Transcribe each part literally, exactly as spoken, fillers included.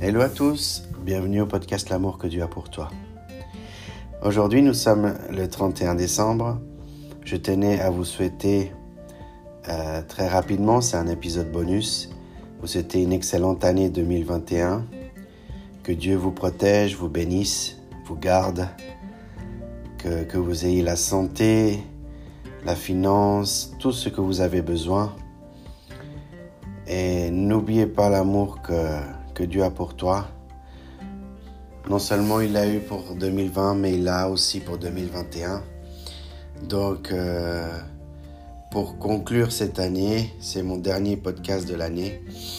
Hello à tous, bienvenue au podcast L'amour que Dieu a pour toi. Aujourd'hui, nous sommes le trente et un décembre. Je tenais à vous souhaiter euh, très rapidement, c'est un épisode bonus, vous souhaiter une excellente année deux mille vingt et un. Que Dieu vous protège, vous bénisse, vous garde, que, que vous ayez la santé, la finance, tout ce que vous avez besoin. Et n'oubliez pas l'amour que, que Dieu a pour toi. Non seulement il l'a eu pour deux mille vingt, mais il l'a aussi pour deux mille vingt et un. Donc, euh, pour conclure cette année, c'est mon dernier podcast de l'année.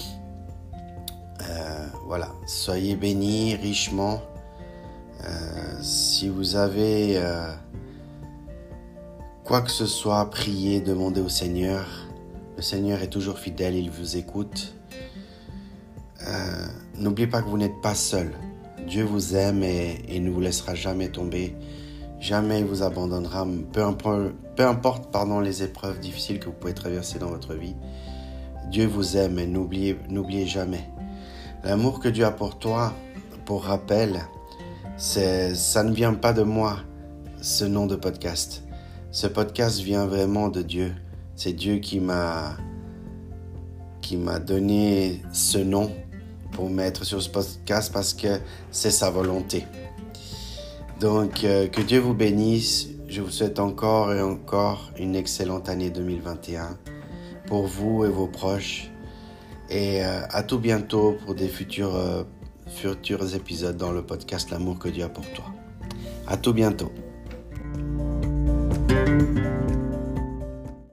Euh, voilà, soyez bénis richement. Euh, si vous avez euh, quoi que ce soit, priez, demandez au Seigneur. Le Seigneur est toujours fidèle, il vous écoute. Euh, n'oubliez pas que vous n'êtes pas seul. Dieu vous aime et, et ne vous laissera jamais tomber. Jamais il vous abandonnera, peu importe, peu importe pardon, les épreuves difficiles que vous pouvez traverser dans votre vie. Dieu vous aime et n'oubliez, n'oubliez jamais. L'amour que Dieu a pour toi, pour rappel, c'est, ça ne vient pas de moi, ce nom de podcast. Ce podcast vient vraiment de Dieu. C'est Dieu qui m'a, qui m'a donné ce nom pour mettre sur ce podcast parce que c'est sa volonté. Donc, euh, que Dieu vous bénisse. Je vous souhaite encore et encore une excellente année deux mille vingt et un pour vous et vos proches. Et euh, à tout bientôt pour des futurs, euh, futurs épisodes dans le podcast L'amour que Dieu a pour toi. À tout bientôt.